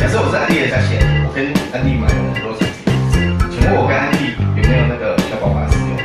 假设我是安利的下线，我跟安利买了很多产品，请问我跟安利有没有那个小宝马使用？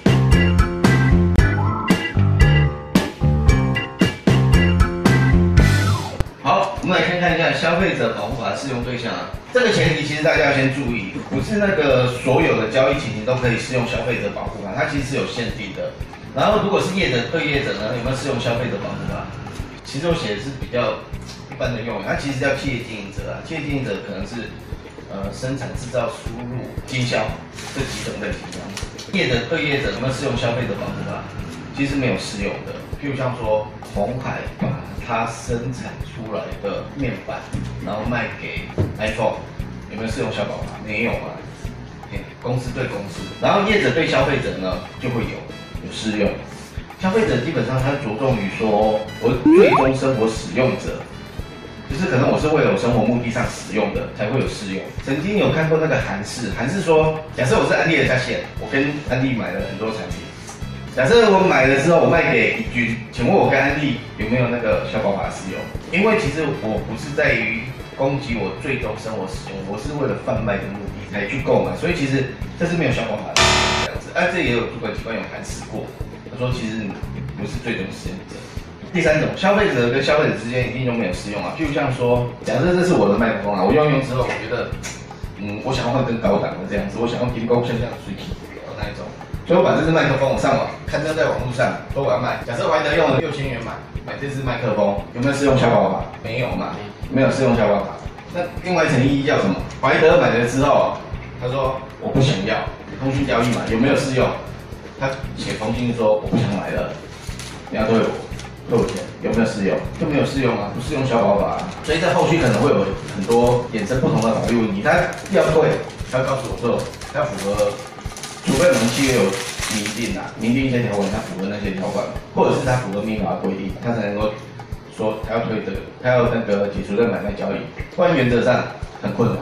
好，我们来看一下消费者保护法的适用对象啊。这个前提其实大家要先注意，不是那个所有的交易情形都可以适用消费者保护法，它其实是有限定的。然后如果是业者对业者呢，有没有适用消费者保护法？其实我写的是比较一般的用语，它其实叫企业经营者啊，企业经营者可能是生产、制造、输入、经销这几种类型这样子。业者对业者有没有适用消费者保护法？其实没有适用的。譬如像说鸿海把它生产出来的面板，然后卖给 iPhone， 有没有适用消保法？没有啊。公司对公司，然后业者对消费者呢就会有适用。消费者基本上它着重于说，我最终生活使用者，就是可能我是为了我生活目的上使用的才会有适用。曾经有看过那个韩式说，假设我是安利的下线，我跟安利买了很多产品，假设我买了之后我卖给怡君，请问我跟安利有没有那个消保法适用？因为其实我不是在于攻击我最终生活使用，我是为了贩卖的目的才去购买，所以其实这是没有消保法的这样子。这也有主管机关有函释过。他说：“其实你不是最终使用者。”第三种，消费者跟消费者之间一定就没有适用啊。就像说，假设这是我的麦克风啊，我用之后，我觉得，我想要换更高档的这样子，我想要提供像这样水体那一种，所以我把这支麦克风我上网刊登在网络上，说我要卖。假设怀德用了6000元买这支麦克风，有没有适用消保法？没有嘛，没有适用消保法。那另外一层意义叫什么？怀德买了之后，他说我不想要，通讯交易嘛，有没有适用？他写封信说我不想买了，你要退我钱，有没有适用？就没有适用啊，不适用消保法啊。所以在后续可能会有很多衍生不同的法律问题。他要退，他告诉我说要符合，除非我们契约有明定一些条款，他符合那些条款，或者是他符合民法规定，他才能够说他要退这个，他要那个解除这买卖交易，不然原则上很困难。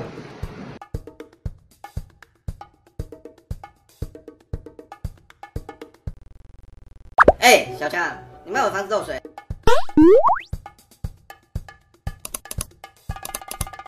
哎，小强，你卖我房子漏水。